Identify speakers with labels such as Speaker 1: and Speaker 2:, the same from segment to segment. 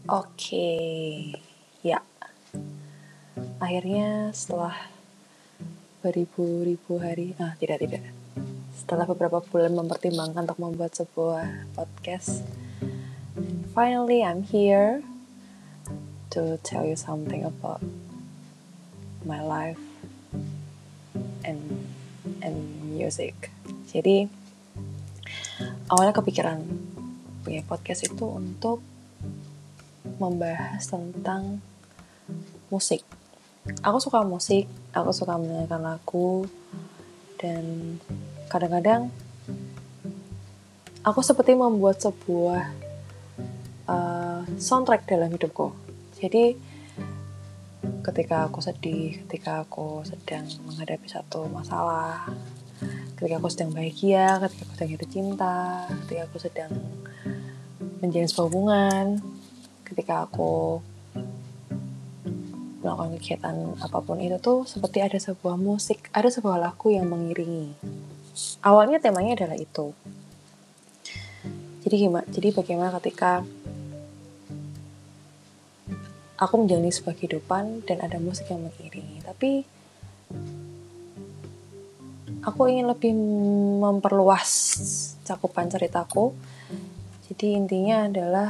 Speaker 1: Oke, ya. Akhirnya setelah beribu-ribu hari, tidak. Setelah beberapa bulan mempertimbangkan untuk membuat sebuah podcast, finally I'm here to tell you something about my life and music. Jadi awalnya kepikiran punya podcast itu untuk membahas tentang musik. Aku suka musik, aku suka mendengarkan lagu, dan kadang-kadang aku seperti membuat sebuah soundtrack dalam hidupku. Jadi ketika aku sedih, ketika aku sedang menghadapi satu masalah, ketika aku sedang bahagia, ketika aku sedang jatuh cinta, ketika aku sedang menjalin sebuah hubungan, ketika aku melakukan kegiatan apapun itu tuh seperti ada sebuah musik, ada sebuah lagu yang mengiringi. Awalnya temanya adalah itu. Jadi bagaimana ketika aku menjalani sebuah kehidupan dan ada musik yang mengiringi. Tapi aku ingin lebih memperluas cakupan ceritaku. Jadi intinya adalah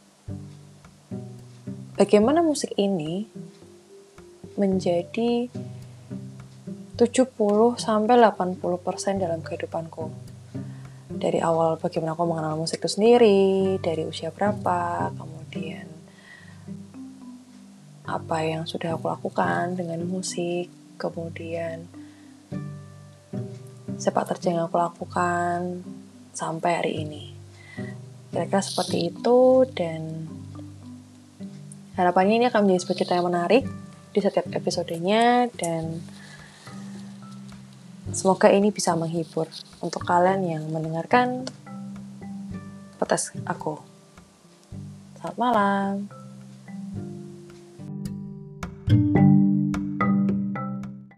Speaker 1: bagaimana musik ini menjadi 70-80% dalam kehidupanku. Dari awal bagaimana aku mengenal musik itu sendiri, dari usia berapa, kemudian apa yang sudah aku lakukan dengan musik, kemudian sepak terjang yang aku lakukan sampai hari ini. Kira-kira seperti itu, dan harapannya ini akan menjadi sebuah cerita yang menarik di setiap episodenya, dan semoga ini bisa menghibur untuk kalian yang mendengarkan podcast aku. Selamat malam.